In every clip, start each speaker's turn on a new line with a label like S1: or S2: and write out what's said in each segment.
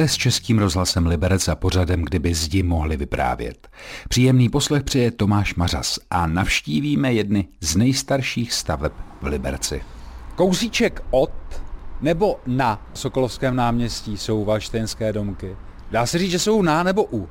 S1: Jste s Českým rozhlasem Liberec a pořadem, kdyby zdi mohli vyprávět. Příjemný poslech přeje Tomáš Mařas a navštívíme jedny z nejstarších staveb v Liberci.
S2: Kousíček od nebo na Sokolovském náměstí jsou valštejnské domky. Dá se říct, že jsou na nebo u?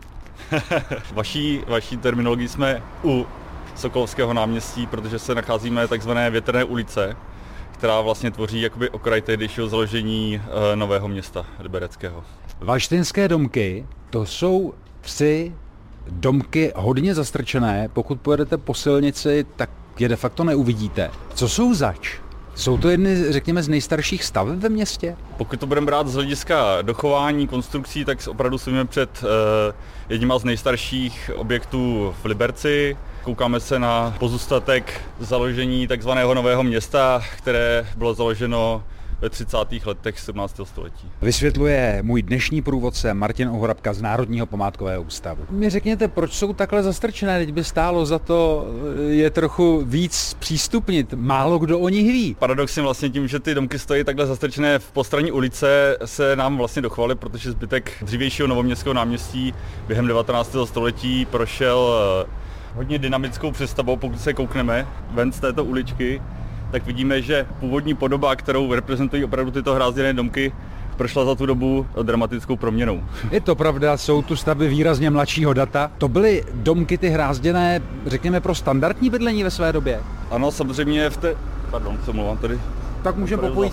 S3: Vaší terminologii jsme u Sokolovského náměstí, protože se nacházíme takzvané Větrné ulice, která vlastně tvoří jakoby okraj tehdejšího založení nového města libereckého.
S2: Valštejnské domky, to jsou 3 domky hodně zastrčené. Pokud pojedete po silnici, tak je de facto neuvidíte. Co jsou zač? Jsou to jedny, řekněme, z nejstarších staveb ve městě?
S3: Pokud to budeme brát z hlediska dochování konstrukcí, tak opravdu stojíme před jedním z nejstarších objektů v Liberci. Koukáme se na pozůstatek založení takzvaného nového města, které bylo založeno ve 30. letech 17. století.
S2: Vysvětluje můj dnešní průvodce Martin Ohrabka z Národního památkového ústavu. Mi řekněte, proč jsou takhle zastrčené, teď by stálo za to je trochu víc přístupnit, málo kdo o nich ví.
S3: Paradoxně vlastně tím, že ty domky stojí takhle zastrčené v postranní ulice, se nám vlastně dochovaly, protože zbytek dřívějšího novoměstského náměstí během 19. století prošel hodně dynamickou přestavbou. Pokud se koukneme ven z této uličky, tak vidíme, že původní podoba, kterou reprezentují opravdu tyto hrázděné domky, prošla za tu dobu dramatickou proměnou.
S2: Je to pravda, jsou tu stavby výrazně mladšího data. To byly domky ty hrázděné, řekněme, pro standardní bydlení ve své době?
S3: Ano, samozřejmě co mluvám tady?
S2: Tak můžeme popojit.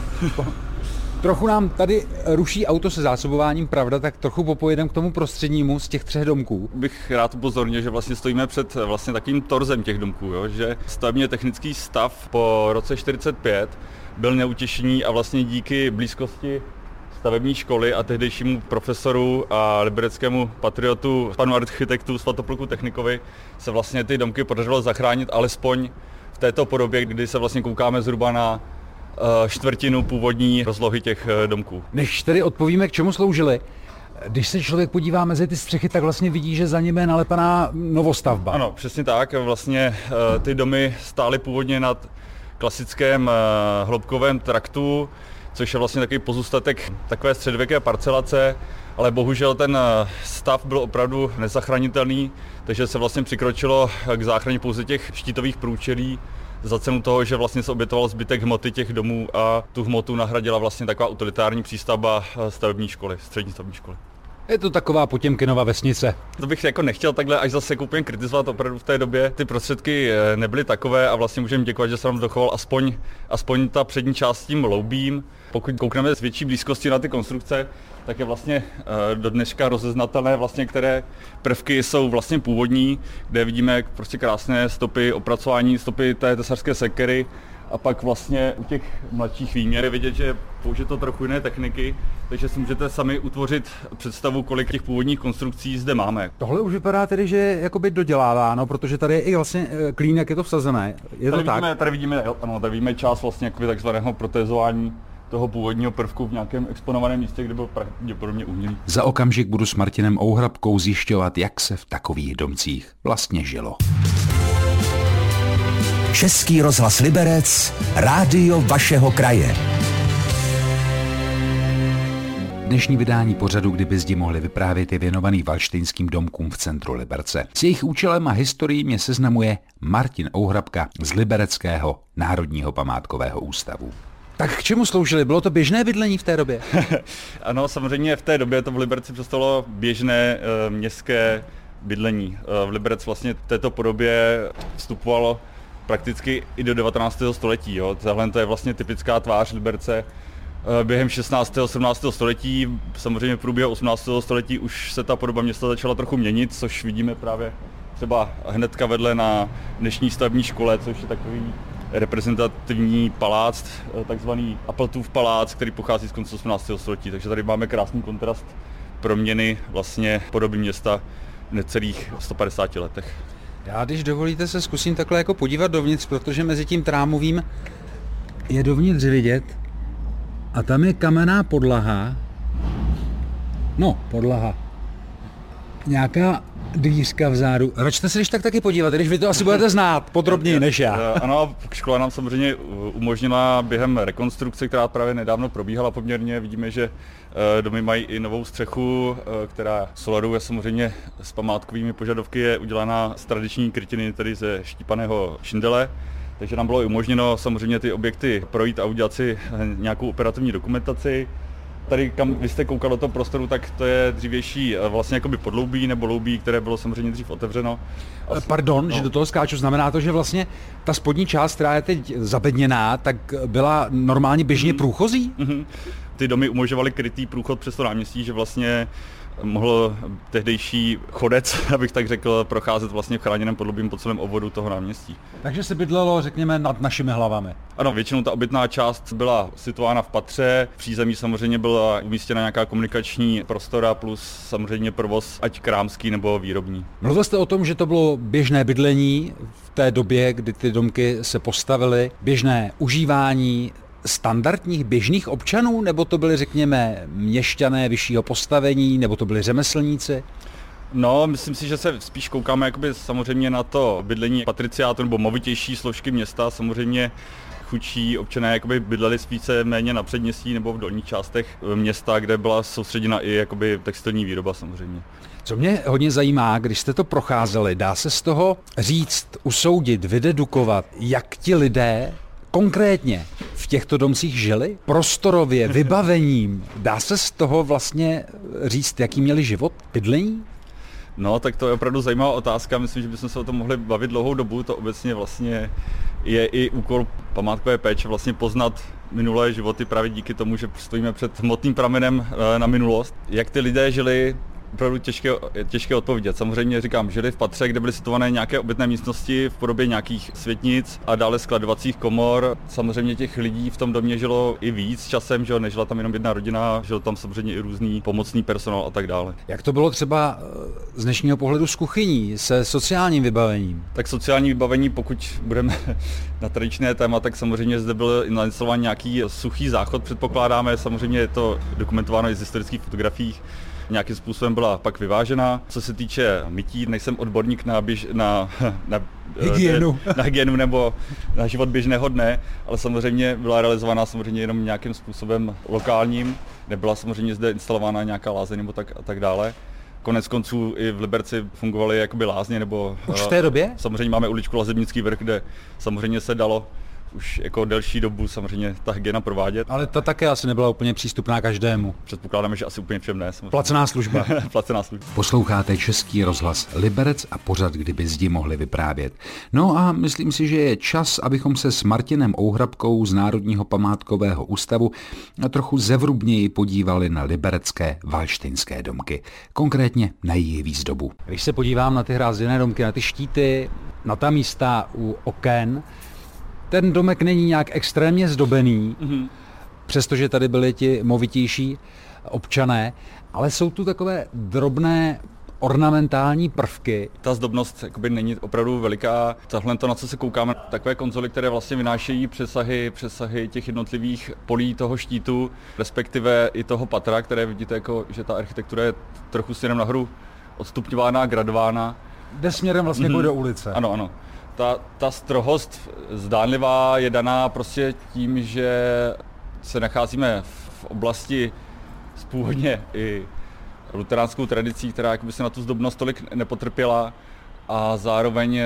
S2: Trochu nám tady ruší auto se zásobováním, pravda, tak trochu popojedeme k tomu prostřednímu z těch 3 domků.
S3: Bych rád upozornil, že vlastně stojíme před vlastně takovým torzem těch domků, jo? Že stavebně technický stav po roce 45 byl neutěšený a vlastně díky blízkosti stavební školy a tehdejšímu profesoru a libereckému patriotu, panu architektu Svatopluku Technikovi, se vlastně ty domky podařilo zachránit alespoň v této podobě, kdy se vlastně koukáme zhruba na čtvrtinu původní rozlohy těch domků.
S2: Než tedy odpovíme, k čemu sloužily, když se člověk podívá mezi ty střechy, tak vlastně vidí, že za nimi je nalepená novostavba.
S3: Ano, přesně tak. Vlastně ty domy stály původně nad klasickém hloubkovém traktu, což je vlastně takový pozůstatek takové středověké parcelace, ale bohužel ten stav byl opravdu nezachranitelný, takže se vlastně přikročilo k záchraně pouze těch štítových průčelí, za cenu toho, že vlastně se obětoval zbytek hmoty těch domů a tu hmotu nahradila vlastně taková utilitární přístavba stavební školy, střední stavební školy.
S2: Je to taková Potěmkinova vesnice.
S3: To bych jako nechtěl takhle až zase úplně kritizovat, opravdu v té době ty prostředky nebyly takové a vlastně můžeme děkovat, že se nám dochoval aspoň ta přední část s tím loubím. Pokud koukneme z větší blízkosti na ty konstrukce, tak je vlastně do dneška rozeznatelné vlastně, které prvky jsou vlastně původní, kde vidíme prostě krásné stopy opracování, stopy té tesařské sekery a pak vlastně u těch mladších výměr je vidět, že je použito trochu jiné techniky, takže si můžete sami utvořit představu, kolik těch původních konstrukcí zde máme.
S2: Tohle už vypadá tedy, že je jakoby doděláváno, protože tady je i vlastně klín, jak je to vsazené. Je to tak?
S3: Tady vidíme část vlastně jakoby takzvaného protézování toho původního prvku v nějakém exponovaném místě, kde byl pravděpodobně umělý.
S1: Za okamžik budu s Martinem Ouhrabkou zjišťovat, jak se v takových domcích vlastně žilo.
S4: Český rozhlas Liberec, rádio vašeho kraje.
S1: Dnešní vydání pořadu, kdyby zdi mohli vyprávět, je věnovaný valštejnským domkům v centru Liberce. S jejich účelem a historií mě seznamuje Martin Ouhrabka z Libereckého Národního památkového ústavu.
S2: Tak k čemu sloužily? Bylo to běžné bydlení v té době?
S3: Ano, samozřejmě v té době to v Liberci představilo běžné městské bydlení. V Liberec vlastně v této podobě vstupovalo prakticky i do 19. století. Jo. Tohle to je vlastně typická tvář Liberce. Během 16. a 17. století, samozřejmě v průběhu 18. století už se ta podoba města začala trochu měnit, což vidíme právě třeba hnedka vedle na dnešní stavební škole, což je takový reprezentativní palác, takzvaný Appletův palác, který pochází z konce 18. století. Takže tady máme krásný kontrast proměny vlastně podoby města v necelých 150 letech.
S2: Já, když dovolíte, se zkusím takhle jako podívat dovnitř, protože mezi tím trámovým je dovnitř vidět a tam je kamenná podlaha. No, podlaha. Nějaká dvířka vzadu. Račte se když tak taky podívat, když vy to asi budete znát podrobněji než já.
S3: Ano, škola nám samozřejmě umožnila během rekonstrukce, která právě nedávno probíhala poměrně. Vidíme, že domy mají i novou střechu, která solaruje samozřejmě s památkovými požadavky, je udělaná z tradiční krytiny, tedy ze štípaného šindele. Takže nám bylo i umožněno samozřejmě ty objekty projít a udělat si nějakou operativní dokumentaci. Tady, kam vy jste koukal do toho prostoru, tak to je dřívější vlastně jakoby podloubí nebo loubí, které bylo samozřejmě dřív otevřeno.
S2: Pardon, že do toho skáču, znamená to, že vlastně ta spodní část, která je teď zabedněná, tak byla normálně běžně průchozí?
S3: Ty domy umožňovaly krytý průchod přes to náměstí, že vlastně mohl tehdejší chodec, abych tak řekl, procházet vlastně v chráněném podloubím po celém obvodu toho náměstí.
S2: Takže se bydlelo, řekněme, nad našimi hlavami.
S3: Ano, většinou ta obytná část byla situována v patře, v přízemí samozřejmě byla umístěna nějaká komunikační prostora plus samozřejmě provoz, ať krámský nebo výrobní.
S2: Mluvil jste o tom, že to bylo běžné bydlení v té době, kdy ty domky se postavily, běžné užívání standardních běžných občanů, nebo to byli, řekněme, měšťané vyššího postavení, nebo to byli řemeslníci?
S3: No, myslím si, že se spíš koukáme jakoby samozřejmě na to bydlení patriciátu nebo movitější složky města. Samozřejmě chudší občané jakoby bydleli spíše méně na předměstí nebo v dolních částech města, kde byla soustředěna i jakoby textilní výroba samozřejmě.
S2: Co mě hodně zajímá, když jste to procházeli, dá se z toho říct, usoudit, vydedukovat, jak ti lidé konkrétně v těchto domcích žili? Prostorově, vybavením. Dá se z toho vlastně říct, jaký měli život, bydlení?
S3: No, tak to je opravdu zajímavá otázka. Myslím, že bychom se o tom mohli bavit dlouhou dobu. To obecně vlastně je i úkol památkové péče vlastně poznat minulé životy právě díky tomu, že stojíme před hmotným pramenem na minulost. Jak ty lidé žili, opravdu těžké odpovědět. Samozřejmě říkám, žili v patře, kde byly situované nějaké obytné místnosti v podobě nějakých světnic a dále skladovacích komor. Samozřejmě těch lidí v tom domě žilo i víc časem, že nežila tam jenom jedna rodina, žil tam samozřejmě i různý pomocný personál a tak dále.
S2: Jak to bylo třeba z dnešního pohledu s kuchyní, se sociálním vybavením?
S3: Tak sociální vybavení, pokud budeme na tradičné téma, tak samozřejmě zde byl instalován nějaký suchý záchod, předpokládáme, samozřejmě je to dokumentováno i z historických fotografií. Nějakým způsobem byla pak vyvážena. Co se týče mytí, nejsem odborník na
S2: hygienu.
S3: Na hygienu nebo na život běžného dne, ale samozřejmě byla realizovaná samozřejmě jenom nějakým způsobem lokálním. Nebyla samozřejmě zde instalována nějaká lázeň nebo tak dále. Konec konců i v Liberci fungovaly jakoby lázně nebo...
S2: Už v té době?
S3: Samozřejmě máme uličku Lazebnický vrch, kde samozřejmě se dalo už jako delší dobu samozřejmě ta hygiena provádět.
S2: Ale ta také asi nebyla úplně přístupná každému.
S3: Předpokládáme, že asi úplně všem ne.
S2: Placená služba.
S3: Placená služba.
S1: Posloucháte Český rozhlas Liberec a pořad, kdyby zdi mohli vyprávět. No a myslím si, že je čas, abychom se s Martinem Ouhrabkou z Národního památkového ústavu trochu zevrubněji podívali na liberecké valštejnské domky. Konkrétně na jejich výzdobu.
S2: Když se podívám na ty hrázděné domky, na ty štíty, na ta místa u oken, ten domek není nějak extrémně zdobený, přestože tady byli ti movitější občané, ale jsou tu takové drobné ornamentální prvky.
S3: Ta zdobnost jakoby není opravdu veliká. Tahle to, na co se koukáme, takové konzoly, které vlastně vynášejí přesahy těch jednotlivých polí toho štítu, respektive i toho patra, které vidíte, jako, že ta architektura je trochu směrem nahoru odstupňována, gradována.
S2: Jde směrem vlastně do ulice.
S3: Ano, ano. Ta strohost zdánlivá je daná prostě tím, že se nacházíme v oblasti s původně i luteránskou tradicí, která jakoby se na tu zdobnost tolik nepotrpěla, a zároveň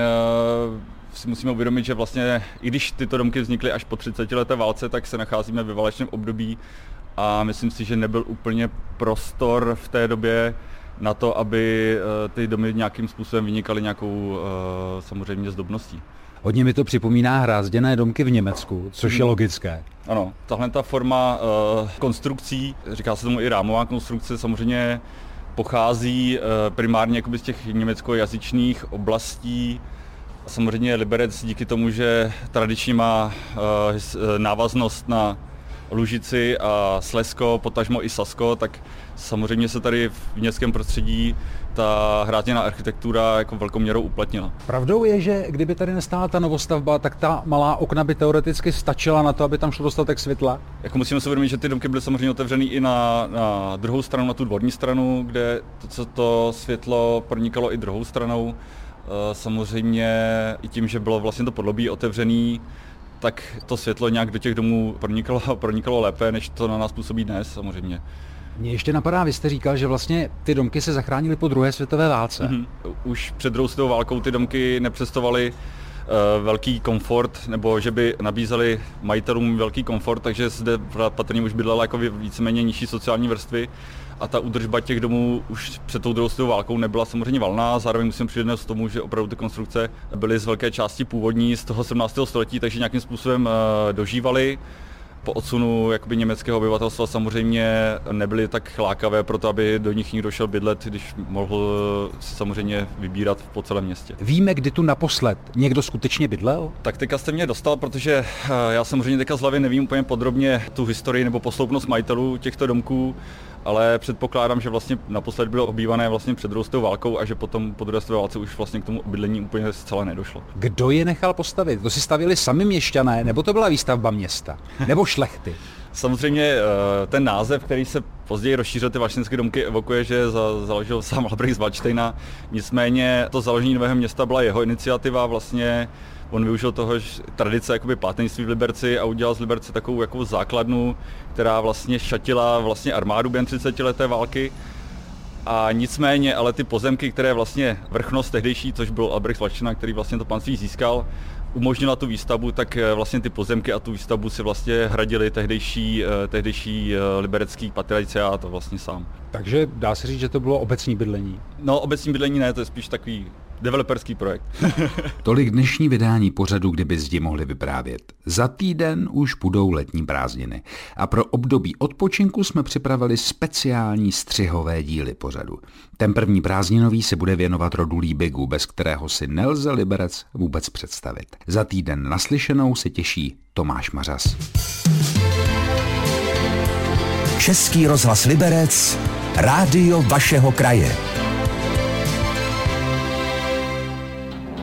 S3: si musíme uvědomit, že vlastně i když tyto domky vznikly až po 30leté válce, tak se nacházíme ve válečném období a myslím si, že nebyl úplně prostor v té době na to, aby ty domy nějakým způsobem vynikaly nějakou samozřejmě zdobností.
S2: Hodně mi to připomíná hrázděné domky v Německu, což je logické.
S3: Ano, tahle ta forma konstrukcí, říká se tomu i rámová konstrukce, samozřejmě pochází primárně jakoby z těch německojazyčných oblastí. Samozřejmě Liberec díky tomu, že tradičně má návaznost na Lužici a Slezsko, potažmo i Sasko, tak samozřejmě se tady v městském prostředí ta hrátněná architektura jako velkou měrou uplatnila.
S2: Pravdou je, že kdyby tady nestála ta novostavba, tak ta malá okna by teoreticky stačila na to, aby tam šlo dostatek světla?
S3: Jako musíme si uvědomit, že ty domky byly samozřejmě otevřený i na druhou stranu, na tu dvorní stranu, kde to světlo pronikalo i druhou stranou. Samozřejmě i tím, že bylo vlastně to podlobí otevřený, tak to světlo nějak do těch domů pronikalo lépe, než to na nás působí dnes samozřejmě.
S2: Mně ještě napadá, vy jste říkal, že vlastně ty domky se zachránily po druhé světové válce.
S3: Už před druhou světovou válkou ty domky nepředstavovaly velký komfort, nebo že by nabízely majitelům velký komfort, takže zde patrně už bydlela jako víceméně nižší sociální vrstvy a ta údržba těch domů už před tou druhou světovou válkou nebyla samozřejmě valná. Zároveň musím přidnout k tomu, že opravdu ty konstrukce byly z velké části původní z toho 17. století, takže nějakým způsobem dožívaly. Po odsunu jakoby německého obyvatelstva samozřejmě nebyly tak lákavé pro to, aby do nich někdo šel bydlet, když mohl si samozřejmě vybírat po celém městě.
S2: Víme, kdy tu naposled někdo skutečně bydlel?
S3: Tak teďka jste mě dostal, protože já samozřejmě teďka z hlavy nevím úplně podrobně tu historii nebo posloupnost majitelů těchto domků, ale předpokládám, že vlastně naposled bylo obývané vlastně před druhou světovou válkou a že potom po druhé světové válce už vlastně k tomu bydlení úplně zcela nedošlo.
S2: Kdo je nechal postavit? To si stavili sami měšťané, nebo to byla výstavba města? Nebo šlechty?
S3: Samozřejmě ten název, který se později rozšířil, ty valštejnské domky, evokuje, že založil sám Albrecht z Valdštejna. Nicméně to založení nového města byla jeho iniciativa, vlastně on využil toho tradice jakoby páteňství v Liberci a udělal z Liberce takovou jako základnu, která vlastně šatila vlastně armádu během 30leté války. A nicméně, ale ty pozemky, které vlastně vrchnost tehdejší, což byl Albrecht z Valdštejna, který vlastně to panství získal, umožnila tu výstavbu, tak vlastně ty pozemky a tu výstavbu si vlastně hradili tehdejší liberecký patriciát vlastně sám.
S2: Takže dá se říct, že to bylo obecní bydlení?
S3: No, obecní bydlení ne, to je spíš takový developerský projekt.
S1: Tolik dnešní vydání pořadu, kdyby zdi mohli vyprávět. Za týden už budou letní prázdniny. A pro období odpočinku jsme připravili speciální střihové díly pořadu. Ten první prázdninový se bude věnovat rodu Liebigů, bez kterého si nelze Liberec vůbec představit. Za týden naslyšenou se těší Tomáš Mařas.
S4: Český rozhlas Liberec, rádio vašeho kraje.